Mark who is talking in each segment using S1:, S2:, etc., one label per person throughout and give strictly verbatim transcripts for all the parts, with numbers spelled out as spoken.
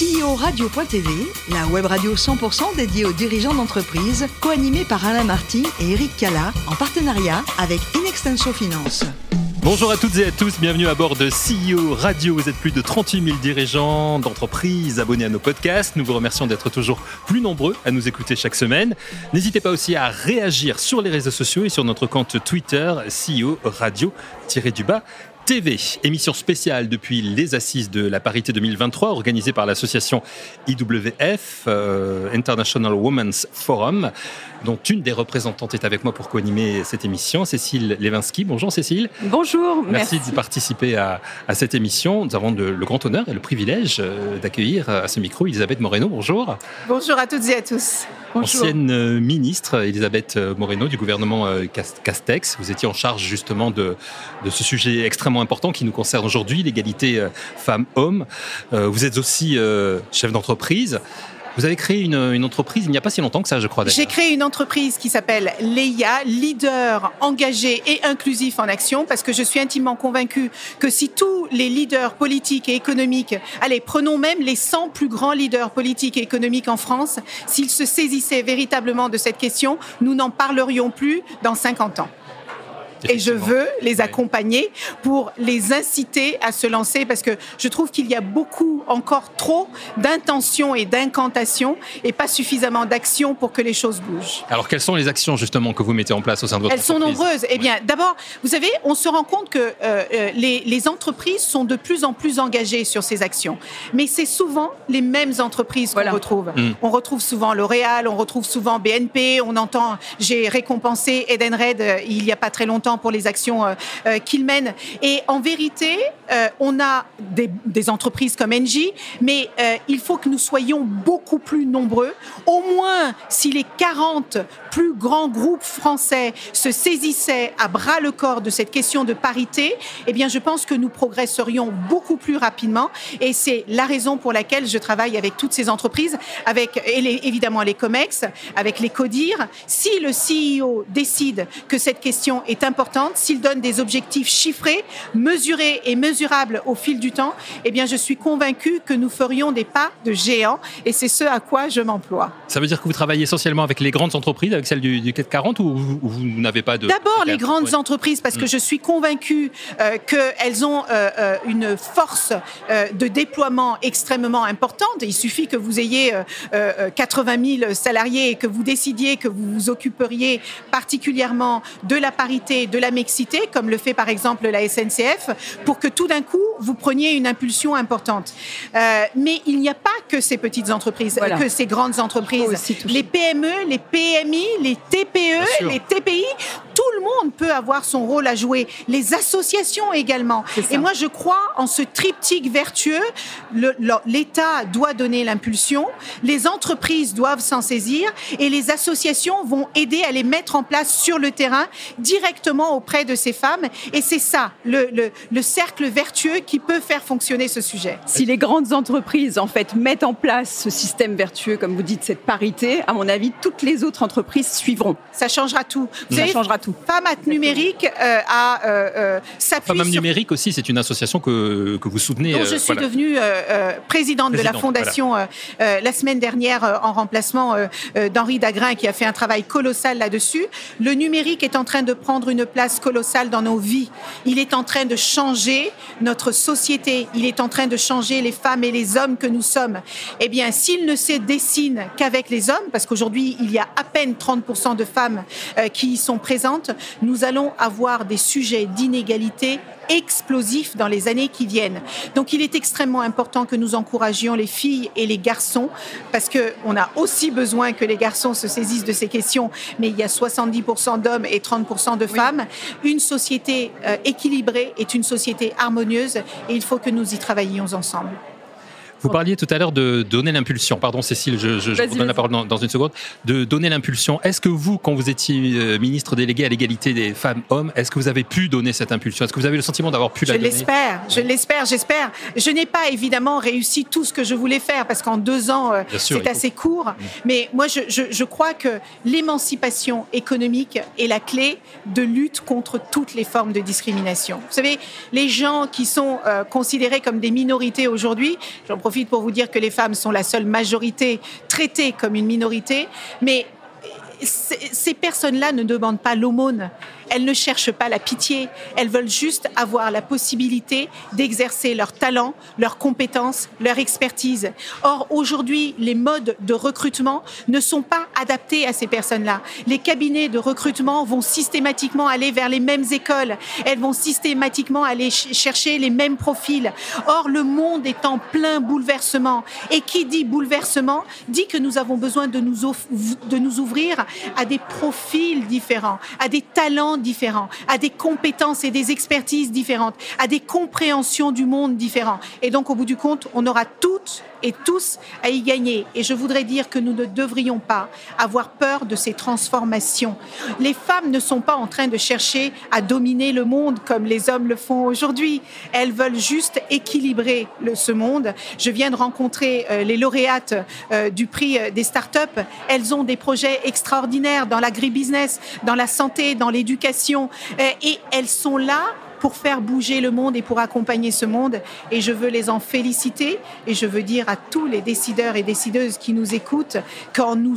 S1: C E O Radio point T V, la web radio cent pour cent dédiée aux dirigeants d'entreprise, co-animée par Alain Marty et Eric Cala, en partenariat avec Inextenso Finance.
S2: Bonjour à toutes et à tous, bienvenue à bord de C E O Radio. Vous êtes plus de trente-huit mille dirigeants d'entreprises abonnés à nos podcasts. Nous vous remercions d'être toujours plus nombreux à nous écouter chaque semaine. N'hésitez pas aussi à réagir sur les réseaux sociaux et sur notre compte Twitter C E O Radio-du-bas T V. Émission spéciale depuis les Assises de la parité deux mille vingt-trois, organisée par l'association I W F, euh, International Women's Forum, dont une des représentantes est avec moi pour co-animer cette émission, Cécile Levinsky. Bonjour Cécile.
S3: Bonjour,
S2: merci.
S3: Merci
S2: de participer à, à cette émission. Nous avons de, le grand honneur et le privilège euh, d'accueillir à ce micro Elisabeth Moreno. Bonjour.
S4: Bonjour à toutes et à tous.
S3: Bonjour.
S2: Ancienne euh, ministre Elisabeth Moreno du gouvernement euh, Castex. Vous étiez en charge justement de, de ce sujet extrêmement important qui nous concerne aujourd'hui, l'égalité euh, femmes-hommes. Euh, vous êtes aussi euh, chef d'entreprise. Vous avez créé une, une entreprise il n'y a pas si longtemps que ça, je crois. D'ailleurs.
S4: J'ai créé une entreprise qui s'appelle Leia, leader engagé et inclusif en action, parce que je suis intimement convaincue que si tous les leaders politiques et économiques, allez, prenons même les cent plus grands leaders politiques et économiques en France, s'ils se saisissaient véritablement de cette question, nous n'en parlerions plus dans cinquante ans. Et je veux les accompagner pour les inciter à se lancer, parce que je trouve qu'il y a beaucoup, encore trop, d'intentions et d'incantations et pas suffisamment d'actions pour que les choses bougent.
S2: Alors, quelles sont les actions justement que vous mettez en place au sein de votre
S4: Elles
S2: entreprise ?
S4: Elles sont nombreuses. Eh bien, d'abord, vous savez, on se rend compte que euh, les, les entreprises sont de plus en plus engagées sur ces actions. Mais c'est souvent les mêmes entreprises qu'on voilà. retrouve. Mmh. On retrouve souvent L'Oréal, on retrouve souvent B N P, on entend, j'ai récompensé Edenred euh, il n'y a pas très longtemps pour les actions euh, euh, qu'il mène. Et en vérité, euh, on a des, des entreprises comme Engie, mais euh, il faut que nous soyons beaucoup plus nombreux. Au moins, si les quarante plus grands groupes français se saisissaient à bras le corps de cette question de parité, eh bien, je pense que nous progresserions beaucoup plus rapidement. Et c'est la raison pour laquelle je travaille avec toutes ces entreprises, avec et les, évidemment les COMEX, avec les CODIR. Si le C E O décide que cette question est importante, s'il donne des objectifs chiffrés, mesurés et mesurables au fil du temps, eh bien, je suis convaincue que nous ferions des pas de géants, et c'est ce à quoi je m'emploie.
S2: Ça veut dire que vous travaillez essentiellement avec les grandes entreprises, avec celles du, du C A C quarante, ou vous, ou vous n'avez pas de...
S4: D'abord,
S2: de...
S4: les grandes oui. entreprises, parce que mmh. je suis convaincue euh, qu'elles ont euh, euh, une force euh, de déploiement extrêmement importante. Il suffit que vous ayez euh, euh, quatre-vingt mille salariés et que vous décidiez que vous vous occuperiez particulièrement de la parité, de la mixité, comme le fait par exemple la S N C F, pour que tout d'un coup, vous preniez une impulsion importante. Euh, mais il n'y a pas que ces petites entreprises, voilà. que ces grandes entreprises. Les P M E, les P M I, les T P E, les T P I, tout le monde peut avoir son rôle à jouer. Les associations également. Et moi, je crois en ce triptyque vertueux. Le, le, L'État doit donner l'impulsion, les entreprises doivent s'en saisir et les associations vont aider à les mettre en place sur le terrain, directement auprès de ces femmes. Et c'est ça, le, le, le cercle vertueux qui peut faire fonctionner ce sujet.
S3: Si les grandes entreprises, en fait, mettent en place ce système vertueux, comme vous dites, cette parité, à mon avis, toutes les autres entreprises suivront.
S4: Ça changera tout.
S3: Vous ça savez, changera tout.
S4: Femmes Numérique euh, a euh, euh, s'appuie
S2: Femmes
S4: sur...
S2: Numérique aussi, c'est une association que, que vous soutenez.
S4: Dont je
S2: euh,
S4: suis
S2: voilà.
S4: devenue euh, euh, présidente, présidente de la fondation voilà. euh, euh, la semaine dernière euh, en remplacement euh, euh, d'Henri Dagrin, qui a fait un travail colossal là-dessus. Le numérique est en train de prendre une place colossale dans nos vies. Il est en train de changer notre société. Il est en train de changer les femmes et les hommes que nous sommes. Eh bien, s'il ne se dessine qu'avec les hommes, parce qu'aujourd'hui, il y a à peine trente pour cent de femmes euh, qui y sont présentes, nous allons avoir des sujets d'inégalité explosifs dans les années qui viennent. Donc, il est extrêmement important que nous encouragions les filles et les garçons, parce qu'on a aussi besoin que les garçons se saisissent de ces questions, mais il y a soixante-dix pour cent d'hommes et trente pour cent de femmes. Oui. Une société euh, équilibrée est une société harmonieuse et il faut que nous y travaillions ensemble.
S2: Vous parliez tout à l'heure de donner l'impulsion. Pardon, Cécile, je, je, je vous donne la parole dans, dans une seconde. De donner l'impulsion. Est-ce que vous, quand vous étiez ministre délégué à l'égalité des femmes-hommes, est-ce que vous avez pu donner cette impulsion ? Est-ce que vous avez le sentiment d'avoir pu la
S4: je
S2: donner ?
S4: l'espère, Je l'espère, j'espère. Je n'ai pas évidemment réussi tout ce que je voulais faire parce qu'en deux ans, euh, sûr, c'est assez court. Mmh. Mais moi, je, je, je crois que l'émancipation économique est la clé de lutte contre toutes les formes de discrimination. Vous savez, les gens qui sont euh, considérés comme des minorités aujourd'hui, j'en profite profite pour vous dire que les femmes sont la seule majorité traitée comme une minorité, mais ces personnes-là ne demandent pas l'aumône. Elles ne cherchent pas la pitié. Elles veulent juste avoir la possibilité d'exercer leur talent, leurs compétences, leur expertise. Or, aujourd'hui, les modes de recrutement ne sont pas adaptés à ces personnes-là. Les cabinets de recrutement vont systématiquement aller vers les mêmes écoles. Elles vont systématiquement aller ch- chercher les mêmes profils. Or, le monde est en plein bouleversement. Et qui dit bouleversement dit que nous avons besoin de nous, off- de nous ouvrir à des profils différents, à des talents différents, à des compétences et des expertises différentes, à des compréhensions du monde différents. Et donc, au bout du compte, on aura toutes et tous à y gagner. Et je voudrais dire que nous ne devrions pas avoir peur de ces transformations. Les femmes ne sont pas en train de chercher à dominer le monde comme les hommes le font aujourd'hui. Elles veulent juste équilibrer le, ce monde. Je viens de rencontrer euh, les lauréates euh, du prix euh, des startups. Elles ont des projets extraordinaires dans l'agribusiness, dans la santé, dans l'éducation. Euh, et elles sont là pour faire bouger le monde et pour accompagner ce monde. Et je veux les en féliciter et je veux dire à tous les décideurs et décideuses qui nous écoutent qu'en nous,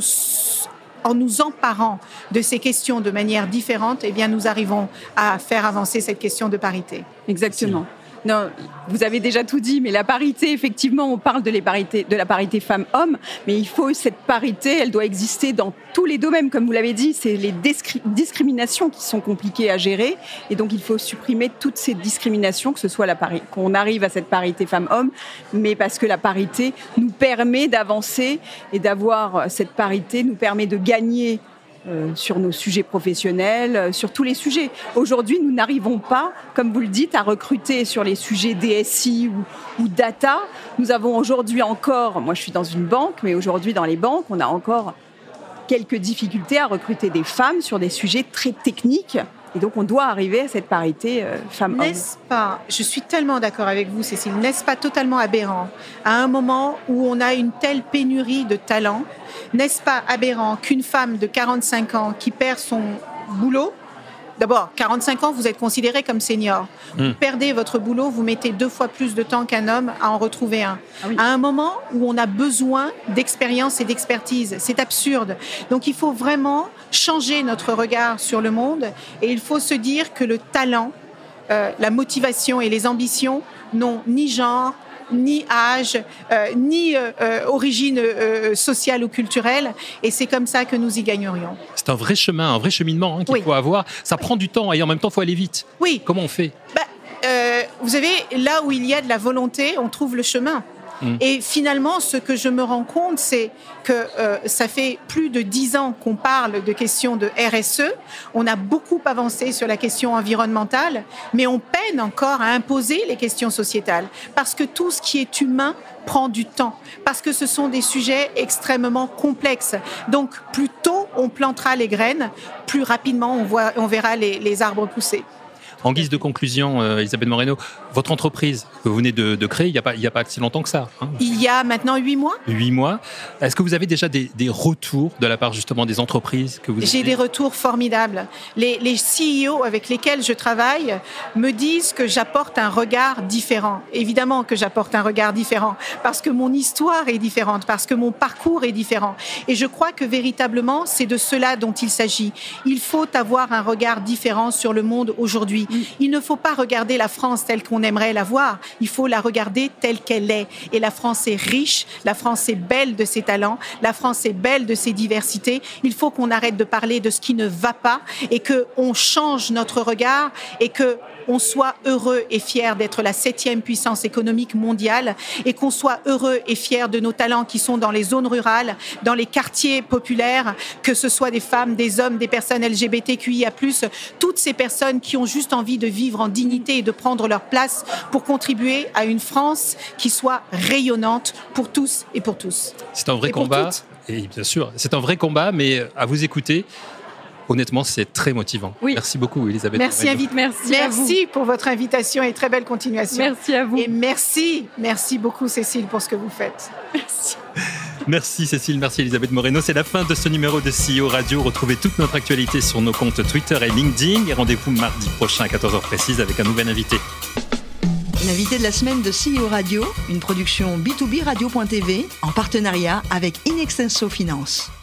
S4: en nous emparant de ces questions de manière différente, eh bien, nous arrivons à faire avancer cette question de parité.
S3: Exactement. Non, vous avez déjà tout dit, mais la parité, effectivement, on parle de, les parités, de la parité femmes-hommes, mais il faut cette parité, elle doit exister dans tous les domaines, comme vous l'avez dit, c'est les discri- discriminations qui sont compliquées à gérer, et donc il faut supprimer toutes ces discriminations, que ce soit la pari- qu'on arrive à cette parité femmes-hommes, mais parce que la parité nous permet d'avancer et d'avoir cette parité, nous permet de gagner Euh, sur nos sujets professionnels, euh, sur tous les sujets. Aujourd'hui, nous n'arrivons pas, comme vous le dites, à recruter sur les sujets D S I ou, ou data. Nous avons aujourd'hui encore, moi je suis dans une banque, mais aujourd'hui dans les banques, on a encore quelques difficultés à recruter des femmes sur des sujets très techniques. Et donc, on doit arriver à cette parité euh, femmes-hommes.
S4: N'est-ce pas, je suis tellement d'accord avec vous, Cécile, n'est-ce pas totalement aberrant, à un moment où on a une telle pénurie de talents, n'est-ce pas aberrant qu'une femme de quarante-cinq ans qui perd son boulot, d'abord, quarante-cinq ans, vous êtes considéré comme senior. Mmh. Vous perdez votre boulot, vous mettez deux fois plus de temps qu'un homme à en retrouver un. Ah oui. À un moment où on a besoin d'expérience et d'expertise. C'est absurde. Donc, il faut vraiment changer notre regard sur le monde et il faut se dire que le talent, euh, la motivation et les ambitions n'ont ni genre, ni âge, euh, ni euh, euh, origine euh, sociale ou culturelle. Et c'est comme ça que nous y gagnerions.
S2: C'est un vrai chemin, un vrai cheminement hein, qu'il oui. faut avoir. Ça prend du temps et en même temps, il faut aller vite.
S4: Oui.
S2: Comment on fait ?
S4: bah, euh, Vous savez, là où il y a de la volonté, on trouve le chemin. Mmh. Et finalement, ce que je me rends compte, c'est que euh, ça fait plus de dix ans qu'on parle de questions de R S E. On a beaucoup avancé sur la question environnementale, mais on peine encore à imposer les questions sociétales. Parce que tout ce qui est humain prend du temps. Parce que ce sont des sujets extrêmement complexes. Donc, plus tôt on plantera les graines, plus rapidement on, voit, on verra les, les arbres pousser.
S2: En guise de conclusion, euh, Elisabeth Moreno, votre entreprise que vous venez de, de créer, il n'y a pas, il n'y a pas si longtemps que ça. Hein.
S4: Il y a maintenant huit mois.
S2: Huit mois. Est-ce que vous avez déjà des, des retours de la part justement des entreprises que vous avez ?
S4: J'ai des retours formidables. Les, les C E O avec lesquels je travaille me disent que j'apporte un regard différent. Évidemment que j'apporte un regard différent parce que mon histoire est différente, parce que mon parcours est différent. Et je crois que véritablement, c'est de cela dont il s'agit. Il faut avoir un regard différent sur le monde aujourd'hui. Il ne faut pas regarder la France telle qu'on aimerait la voir. Il faut la regarder telle qu'elle est. Et la France est riche, la France est belle de ses talents, la France est belle de ses diversités. Il faut qu'on arrête de parler de ce qui ne va pas et qu'on change notre regard et que on soit heureux et fiers d'être la septième puissance économique mondiale et qu'on soit heureux et fiers de nos talents qui sont dans les zones rurales, dans les quartiers populaires, que ce soit des femmes, des hommes, des personnes L G B T Q I A plus, toutes ces personnes qui ont juste envie de vivre en dignité et de prendre leur place pour contribuer à une France qui soit rayonnante pour tous et pour tous.
S2: C'est un vrai
S4: et
S2: combat, et bien sûr, c'est un vrai combat, mais à vous écouter, honnêtement, c'est très motivant. Oui. Merci beaucoup, Elisabeth.
S4: Merci, invite, merci, merci pour votre invitation et très belle continuation.
S3: Merci à vous.
S4: Et merci, merci beaucoup, Cécile, pour ce que vous faites.
S3: Merci.
S2: Merci Cécile, merci Elisabeth Moreno. C'est la fin de ce numéro de C E O Radio. Retrouvez toute notre actualité sur nos comptes Twitter et LinkedIn. Et rendez-vous mardi prochain à quatorze heures précise avec un nouvel invité.
S1: L'invité de la semaine de C E O Radio, une production B deux B radio point T V en partenariat avec Inextenso Finance.